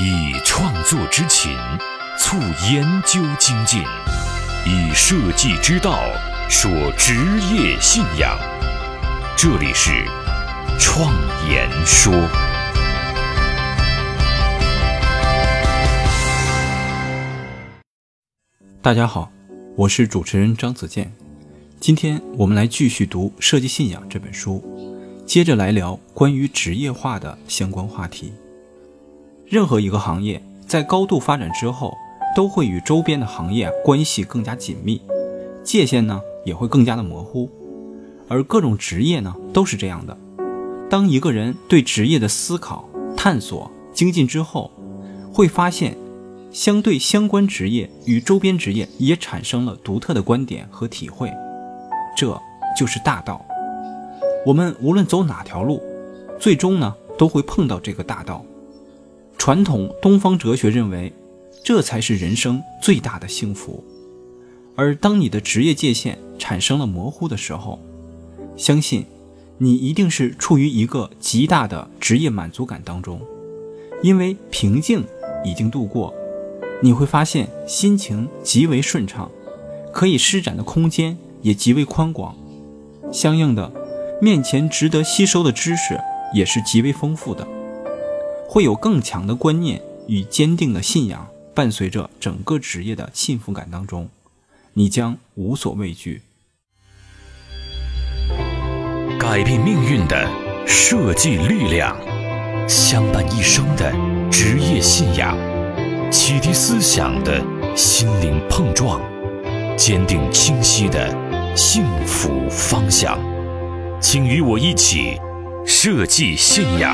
以创作之情促研究精进，以设计之道说职业信仰。这里是创研说。 大家好，我是主持人张子健。今天我们来继续读《设计信仰》这本书，接着来聊关于职业化的相关话题。任何一个行业在高度发展之后，都会与周边的行业关系更加紧密，界限呢也会更加的模糊。而各种职业呢都是这样的。当一个人对职业的思考、探索、精进之后，会发现相对相关职业与周边职业也产生了独特的观点和体会，这就是大道。我们无论走哪条路，最终呢都会碰到这个大道。传统东方哲学认为，这才是人生最大的幸福。而当你的职业界限产生了模糊的时候，相信你一定是处于一个极大的职业满足感当中，因为瓶颈已经度过，你会发现心情极为顺畅，可以施展的空间也极为宽广，相应的，面前值得吸收的知识也是极为丰富的，会有更强的观念与坚定的信仰伴随着整个职业的幸福感当中，你将无所畏惧。 改变命运的设计力量，相伴一生的职业信仰，启迪思想的心灵碰撞，坚定清晰的幸福方向。请与我一起设计信仰。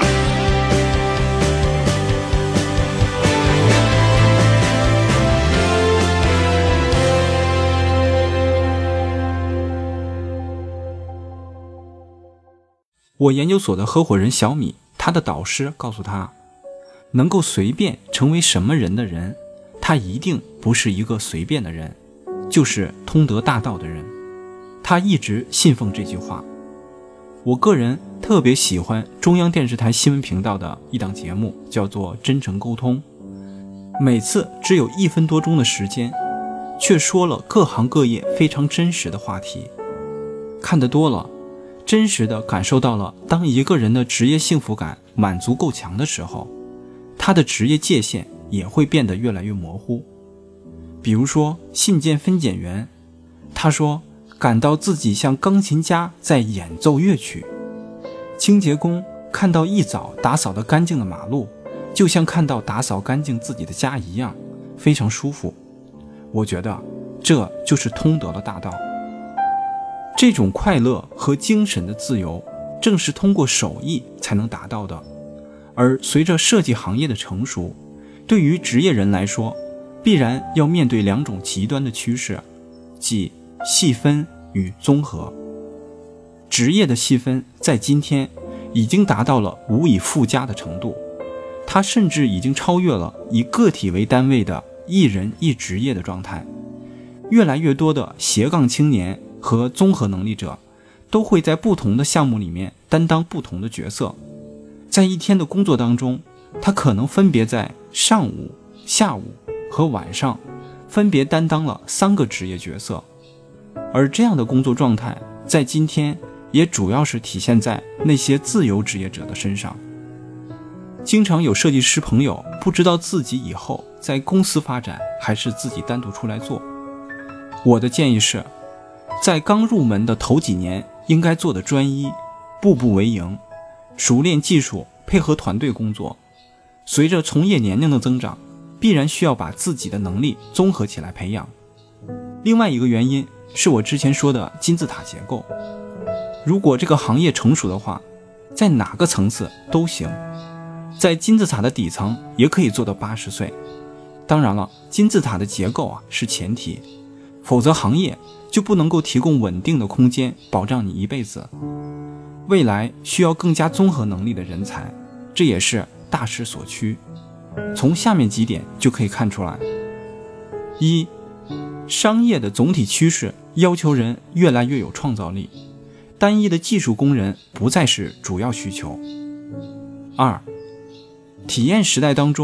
我研究所的合伙人小米，他的导师告诉他，能够随便成为什么人的人，他一定不是一个随便的人，就是通得大道的人。他一直信奉这句话。我个人特别喜欢中央电视台新闻频道的一档节目，叫做《真诚沟通》，每次只有1分多钟的时间，却说了各行各业非常真实的话题。看得多了，真实地感受到了，当一个人的职业幸福感满足够强的时候，他的职业界限也会变得越来越模糊。比如说信件分拣员，他说感到自己像钢琴家在演奏乐曲；清洁工看到一早打扫得干净的马路，就像看到打扫干净自己的家一样，非常舒服。我觉得这就是通得了大道。这种快乐和精神的自由，正是通过手艺才能达到的。而随着设计行业的成熟，对于职业人来说，必然要面对2种极端的趋势，即细分与综合。职业的细分在今天已经达到了无以复加的程度，它甚至已经超越了以个体为单位的一人一职业的状态。越来越多的斜杠青年和综合能力者都会在不同的项目里面担当不同的角色。在一天的工作当中，他可能分别在上午、下午和晚上分别担当了3个职业角色。而这样的工作状态在今天也主要是体现在那些自由职业者的身上。经常有设计师朋友不知道自己以后在公司发展还是自己单独出来做。我的建议是，在刚入门的头几年应该做的专一，步步为营，熟练技术，配合团队工作。随着从业年龄的增长，必然需要把自己的能力综合起来培养。另外一个原因是我之前说的金字塔结构。如果这个行业成熟的话，在哪个层次都行，在金字塔的底层也可以做到80岁。当然了，金字塔的结构是前提，否则行业就不能够提供稳定的空间，保障你一辈子。未来需要更加综合能力的人才，这也是大势所趋。从下面几点就可以看出来。1，商业的总体趋势要求人越来越有创造力，单一的技术工人不再是主要需求。2，体验时代当中，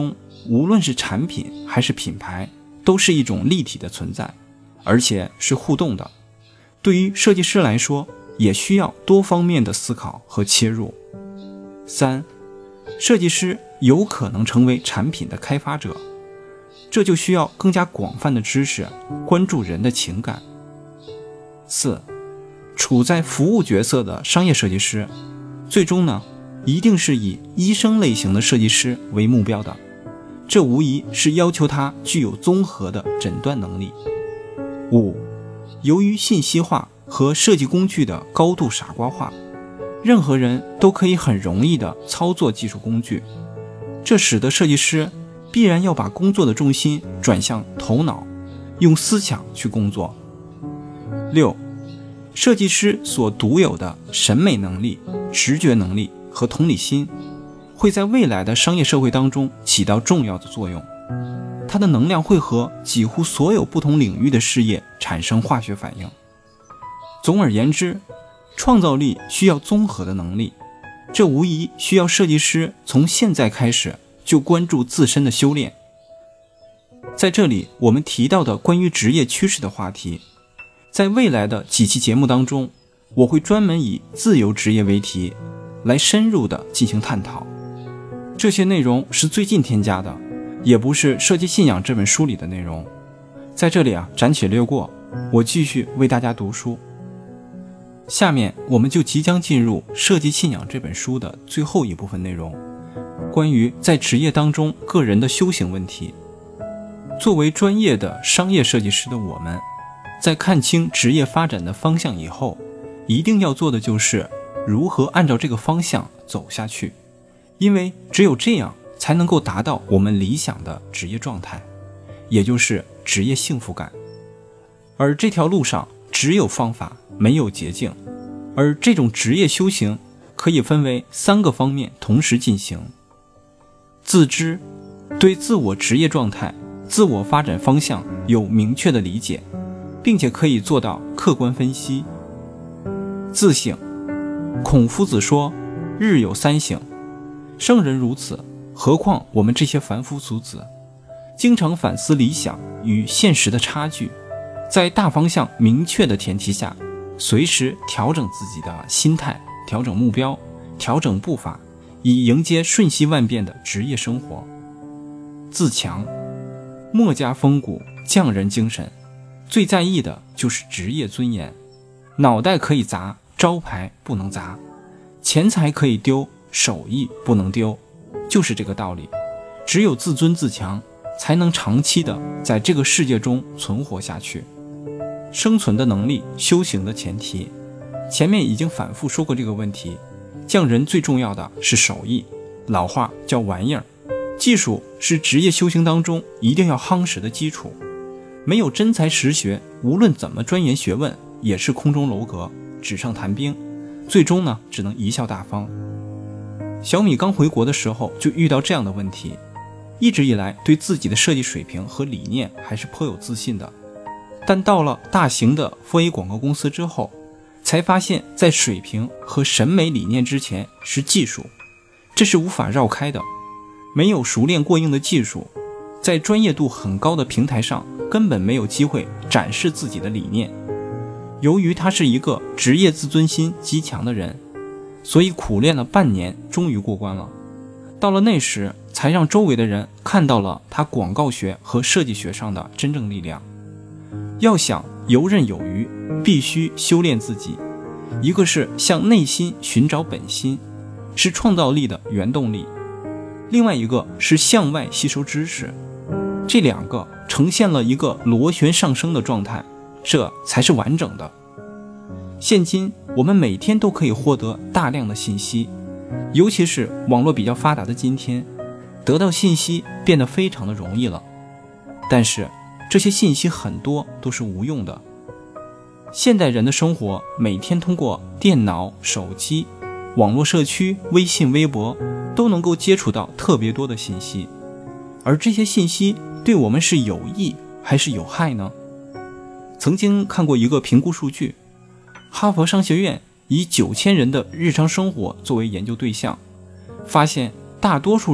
无论是产品还是品牌，都是一种立体的存在，而且是互动的。对于设计师来说，也需要多方面的思考和切入。3. 设计师有可能成为产品的开发者，这就需要更加广泛的知识，关注人的情感。4. 处在服务角色的商业设计师，最终呢，一定是以医生类型的设计师为目标的，这无疑是要求他具有综合的诊断能力。5. 由于信息化和设计工具的高度傻瓜化，任何人都可以很容易地操作技术工具，这使得设计师必然要把工作的重心转向头脑，用思想去工作。6. 设计师所独有的审美能力、直觉能力和同理心，会在未来的商业社会当中起到重要的作用。它的能量会和几乎所有不同领域的事业产生化学反应。总而言之，创造力需要综合的能力，这无疑需要设计师从现在开始就关注自身的修炼。在这里，我们提到的关于职业趋势的话题，在未来的几期节目当中，我会专门以自由职业为题，来深入的进行探讨。这些内容是最近添加的，也不是《设计信仰》这本书里的内容。在这里暂且略过，我继续为大家读书。下面我们就即将进入《设计信仰》这本书的最后一部分内容，关于在职业当中个人的修行问题。作为专业的商业设计师的我们，在看清职业发展的方向以后，一定要做的就是如何按照这个方向走下去，因为只有这样才能够达到我们理想的职业状态，也就是职业幸福感。而这条路上只有方法，没有捷径，而这种职业修行可以分为3个方面同时进行。自知，对自我职业状态、自我发展方向有明确的理解，并且可以做到客观分析。自省，孔夫子说日有3省，圣人如此，何况我们这些凡夫俗子，经常反思理想与现实的差距，在大方向明确的前提下，随时调整自己的心态，调整目标，调整步伐，以迎接瞬息万变的职业生活。自强，墨家风骨，匠人精神，最在意的就是职业尊严。脑袋可以砸，招牌不能砸；钱财可以丢，手艺不能丢，就是这个道理。只有自尊自强，才能长期的在这个世界中存活下去。生存的能力，修行的前提。前面已经反复说过这个问题，匠人最重要的是手艺，老话叫玩意儿。技术是职业修行当中一定要夯实的基础，没有真才实学，无论怎么钻研学问，也是空中楼阁，纸上谈兵，最终呢，只能贻笑大方。小米刚回国的时候就遇到这样的问题，一直以来对自己的设计水平和理念还是颇有自信的，但到了大型的 4A 广告公司之后，才发现在水平和审美理念之前是技术，这是无法绕开的。没有熟练过硬的技术，在专业度很高的平台上根本没有机会展示自己的理念。由于他是一个职业自尊心极强的人，所以苦练了半年终于过关了。到了那时，才让周围的人看到了他广告学和设计学上的真正力量。要想游刃有余，必须修炼自己，一个是向内心寻找本心，是创造力的原动力，另外一个是向外吸收知识，这2个呈现了一个螺旋上升的状态，这才是完整的。现今我们每天都可以获得大量的信息，尤其是网络比较发达的今天，得到信息变得非常的容易了，但是这些信息很多都是无用的。现代人的生活每天通过电脑、手机、网络社区、微信、微博都能够接触到特别多的信息，而这些信息对我们是有益还是有害呢？曾经看过一个评估数据，哈佛商学院以9000人的日常生活作为研究对象，发现大多数人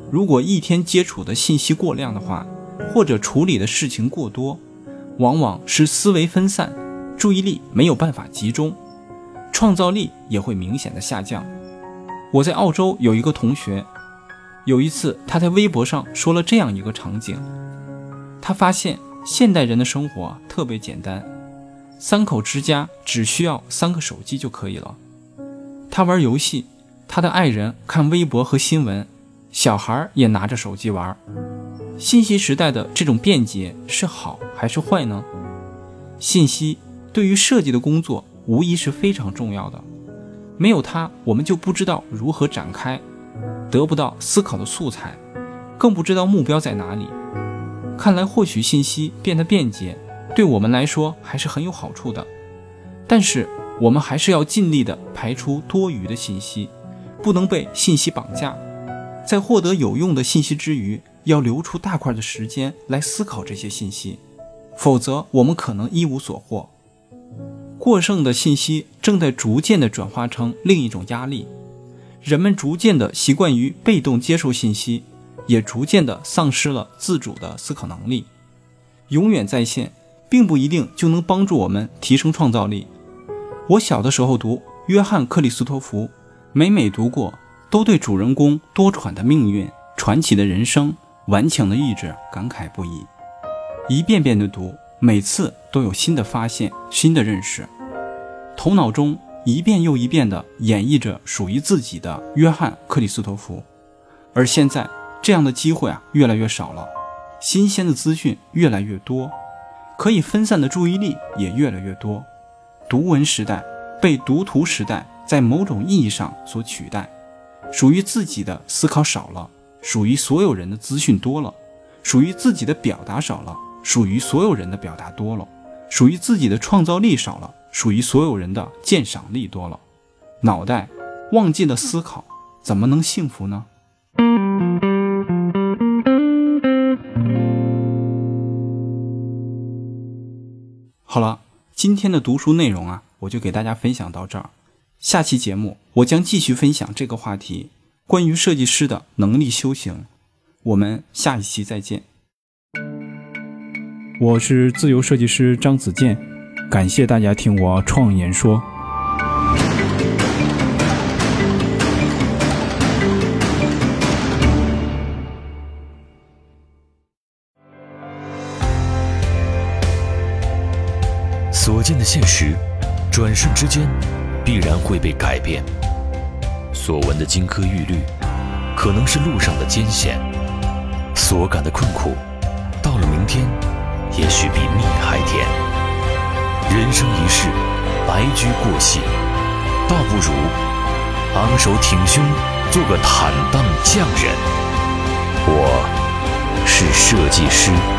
如果一天接触的信息过量的话，或者处理的事情过多，往往是思维分散，注意力没有办法集中，创造力也会明显的下降。我在澳洲有一个同学，有一次他在微博上说了这样一个场景，他发现现代人的生活特别简单，3口之家只需要3个手机就可以了。他玩游戏，他的爱人看微博和新闻，小孩也拿着手机玩。信息时代的这种便捷是好还是坏呢？信息对于设计的工作无疑是非常重要的，没有它，我们就不知道如何展开，得不到思考的素材，更不知道目标在哪里。看来获取信息变得便捷，对我们来说还是很有好处的，但是我们还是要尽力的排除多余的信息，不能被信息绑架。在获得有用的信息之余，要留出大块的时间来思考这些信息，否则我们可能一无所获。过剩的信息正在逐渐地转化成另一种压力，人们逐渐地习惯于被动接受信息，也逐渐地丧失了自主的思考能力。永远在线并不一定就能帮助我们提升创造力。我小的时候读约翰·克里斯托弗，每读过都对主人公多舛的命运、传奇的人生、顽强的意志感慨不已。一遍遍的读，每次都有新的发现、新的认识，头脑中一遍又一遍地演绎着属于自己的约翰·克里斯托弗。而现在这样的机会越来越少了，新鲜的资讯越来越多，可以分散的注意力也越来越多。读文时代被读图时代在某种意义上所取代，属于自己的思考少了，属于所有人的资讯多了，属于自己的表达少了，属于所有人的表达多了，属于自己的创造力少了，属于所有人的鉴赏力多了。脑袋忘记了思考，怎么能幸福呢？好了，今天的读书内容我就给大家分享到这儿。下期节目我将继续分享这个话题，关于设计师的能力修行。我们下一期再见。我是自由设计师张子健，感谢大家听我创言说。 所见的现实，转瞬之间必然会被改变；所闻的金科玉律，可能是路上的艰险；所感的困苦，到了明天，也许比蜜还甜。人生一世，白驹过隙，倒不如昂首挺胸，做个坦荡匠人。我是设计师。